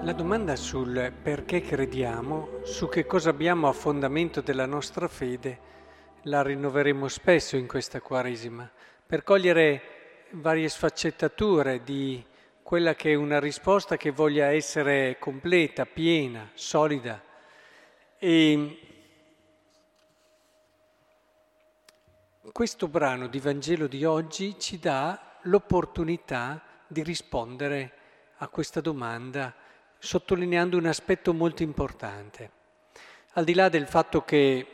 La domanda sul perché crediamo, su che cosa abbiamo a fondamento della nostra fede, la rinnoveremo spesso in questa Quaresima, per cogliere varie sfaccettature di quella che è una risposta che voglia essere completa, piena, solida. E questo brano di Vangelo di oggi ci dà l'opportunità di rispondere a questa domanda, sottolineando un aspetto molto importante. Al di là del fatto che,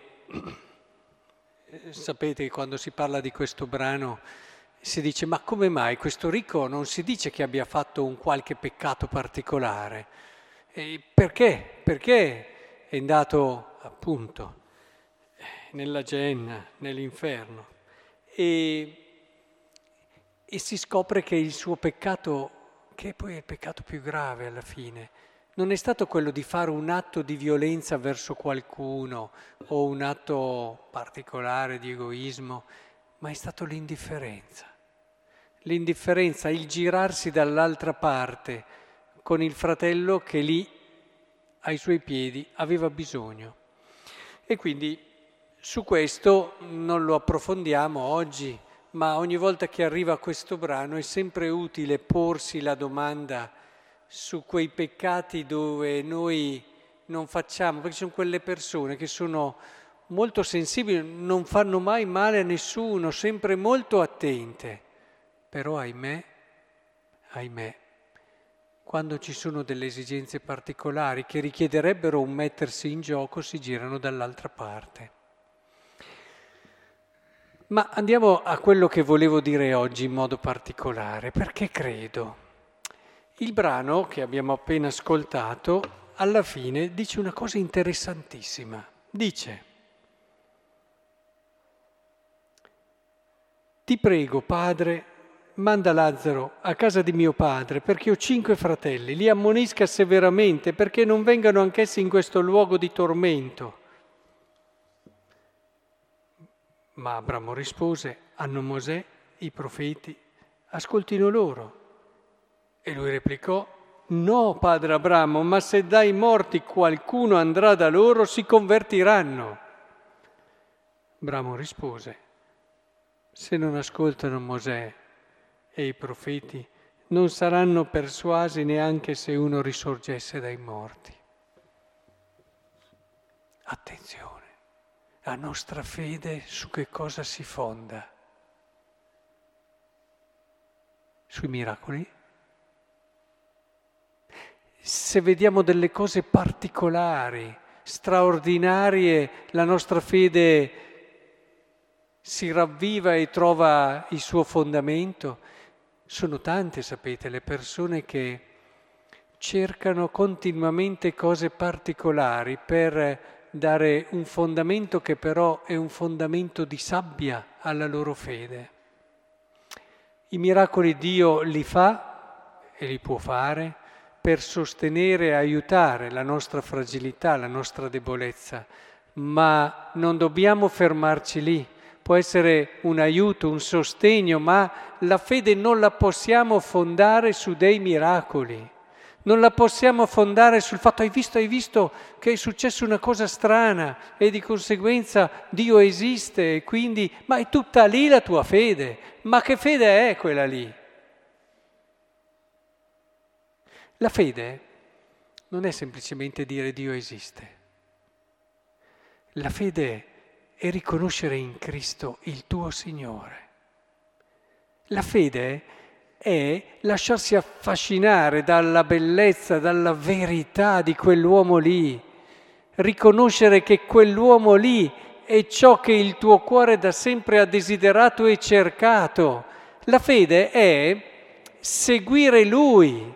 sapete, quando si parla di questo brano si dice: ma come mai questo ricco non si dice che abbia fatto un qualche peccato particolare? Perché? Perché è andato appunto nella Genna, nell'inferno? E si scopre che il suo peccato, che poi è il peccato più grave alla fine, non è stato quello di fare un atto di violenza verso qualcuno o un atto particolare di egoismo, ma è stato l'indifferenza. L'indifferenza, il girarsi dall'altra parte con il fratello che lì ai suoi piedi aveva bisogno. E quindi su questo non lo approfondiamo oggi, ma ogni volta che arriva questo brano è sempre utile porsi la domanda su quei peccati dove noi non facciamo, perché sono quelle persone che sono molto sensibili, non fanno mai male a nessuno, sempre molto attente, però ahimè, quando ci sono delle esigenze particolari che richiederebbero un mettersi in gioco, si girano dall'altra parte. Ma andiamo a quello che volevo dire oggi in modo particolare, perché credo. Il brano che abbiamo appena ascoltato, alla fine, dice una cosa interessantissima. Dice: ti prego, Padre, manda Lazzaro a casa di mio padre, perché ho 5 fratelli, li ammonisca severamente, perché non vengano anch'essi in questo luogo di tormento. Ma Abramo rispose: hanno Mosè, i profeti, ascoltino loro. E lui replicò: no, padre Abramo, ma se dai morti qualcuno andrà da loro, si convertiranno. Abramo rispose: se non ascoltano Mosè e i profeti, non saranno persuasi neanche se uno risorgesse dai morti. Attenzione, la nostra fede su che cosa si fonda? Sui miracoli? Se vediamo delle cose particolari, straordinarie, la nostra fede si ravviva e trova il suo fondamento. Sono tante, sapete, le persone che cercano continuamente cose particolari per dare un fondamento che però è un fondamento di sabbia alla loro fede. I miracoli Dio li fa e li può fare per sostenere e aiutare la nostra fragilità, la nostra debolezza, ma non dobbiamo fermarci lì. Può essere un aiuto, un sostegno, ma la fede non la possiamo fondare su dei miracoli. Non la possiamo fondare sul fatto: hai visto che è successa una cosa strana e di conseguenza Dio esiste e quindi, ma è tutta lì la tua fede. Ma che fede è quella lì? La fede non è semplicemente dire Dio esiste. La fede è riconoscere in Cristo il tuo Signore. La fede è lasciarsi affascinare dalla bellezza, dalla verità di quell'uomo lì, riconoscere che quell'uomo lì è ciò che il tuo cuore da sempre ha desiderato e cercato. La fede è seguire Lui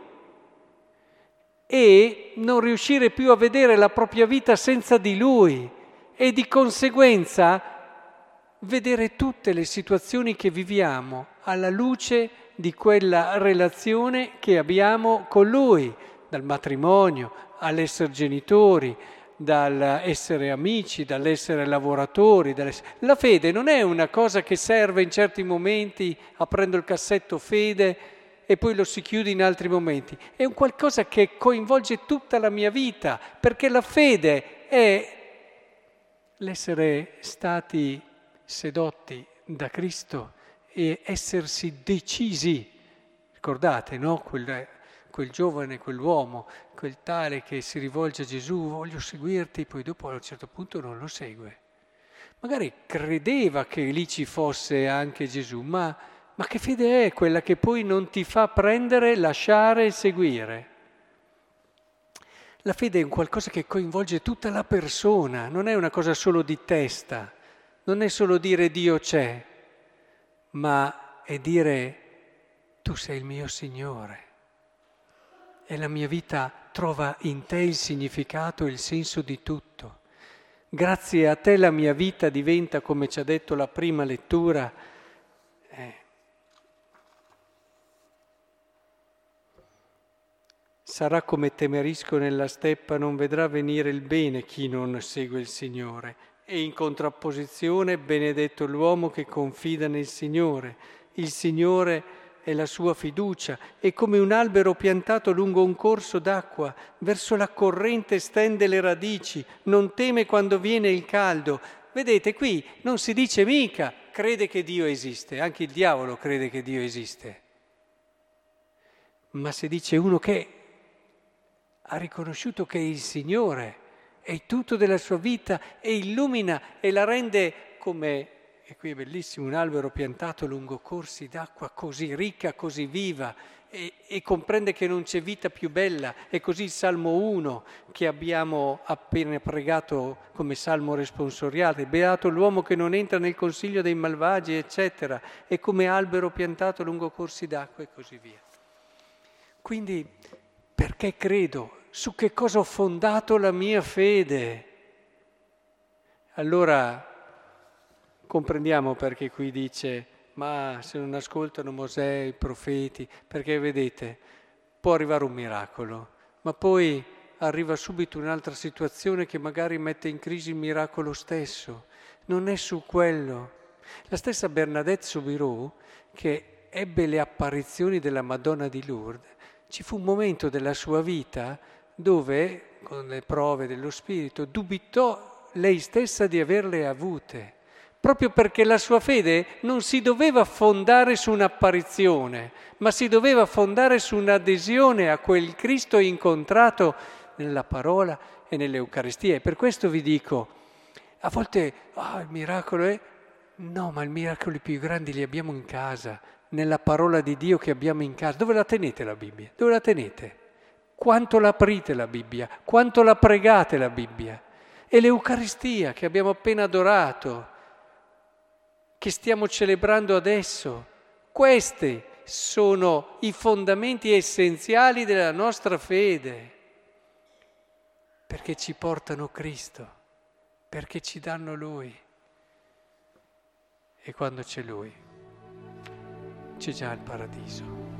e non riuscire più a vedere la propria vita senza di Lui e di conseguenza vedere tutte le situazioni che viviamo alla luce di quella relazione che abbiamo con Lui, dal matrimonio all'essere genitori, dall'essere amici, dall'essere lavoratori. La fede non è una cosa che serve in certi momenti, aprendo il cassetto fede, e poi lo si chiude in altri momenti. È un qualcosa che coinvolge tutta la mia vita, perché la fede è l'essere stati sedotti da Cristo e essersi decisi. Ricordate, no? Quel giovane, quell'uomo, quel tale che si rivolge a Gesù, voglio seguirti, poi dopo a un certo punto non lo segue. Magari credeva che lì ci fosse anche Gesù, ma che fede è quella che poi non ti fa prendere, lasciare e seguire? La fede è un qualcosa che coinvolge tutta la persona, non è una cosa solo di testa, non è solo dire Dio c'è, ma è dire tu sei il mio Signore e la mia vita trova in te il significato e il senso di tutto. Grazie a te la mia vita diventa, come ci ha detto la prima lettura, sarà come temerisco nella steppa, non vedrà venire il bene chi non segue il Signore. E in contrapposizione, benedetto l'uomo che confida nel Signore. Il Signore è la sua fiducia, è come un albero piantato lungo un corso d'acqua, verso la corrente stende le radici, non teme quando viene il caldo. Vedete, qui non si dice mica crede che Dio esiste, anche il diavolo crede che Dio esiste, ma si dice uno che ha riconosciuto che il Signore è il tutto della sua vita e illumina e la rende come, e qui è bellissimo, un albero piantato lungo corsi d'acqua così ricca, così viva e comprende che non c'è vita più bella. È così il Salmo 1 che abbiamo appena pregato come Salmo responsoriale, beato l'uomo che non entra nel consiglio dei malvagi, eccetera, è come albero piantato lungo corsi d'acqua e così via. Quindi perché credo? Su che cosa ho fondato la mia fede? Allora comprendiamo perché qui dice, ma se non ascoltano Mosè, i profeti, perché vedete, può arrivare un miracolo, ma poi arriva subito un'altra situazione che magari mette in crisi il miracolo stesso. Non è su quello. La stessa Bernadette Soubirous, che ebbe le apparizioni della Madonna di Lourdes, ci fu un momento della sua vita dove, con le prove dello Spirito, dubitò lei stessa di averle avute, proprio perché la sua fede non si doveva fondare su un'apparizione, ma si doveva fondare su un'adesione a quel Cristo incontrato nella parola e nell'Eucaristia. E per questo vi dico, a volte il miracolo è... No, ma i miracoli più grandi li abbiamo in casa, nella parola di Dio che abbiamo in casa. Dove la tenete la Bibbia? Dove la tenete? Quanto la aprite la Bibbia? Quanto la pregate la Bibbia? E l'Eucaristia che abbiamo appena adorato, che stiamo celebrando adesso, questi sono i fondamenti essenziali della nostra fede, perché ci portano Cristo, perché ci danno Lui. E quando c'è Lui, c'è già il paradiso.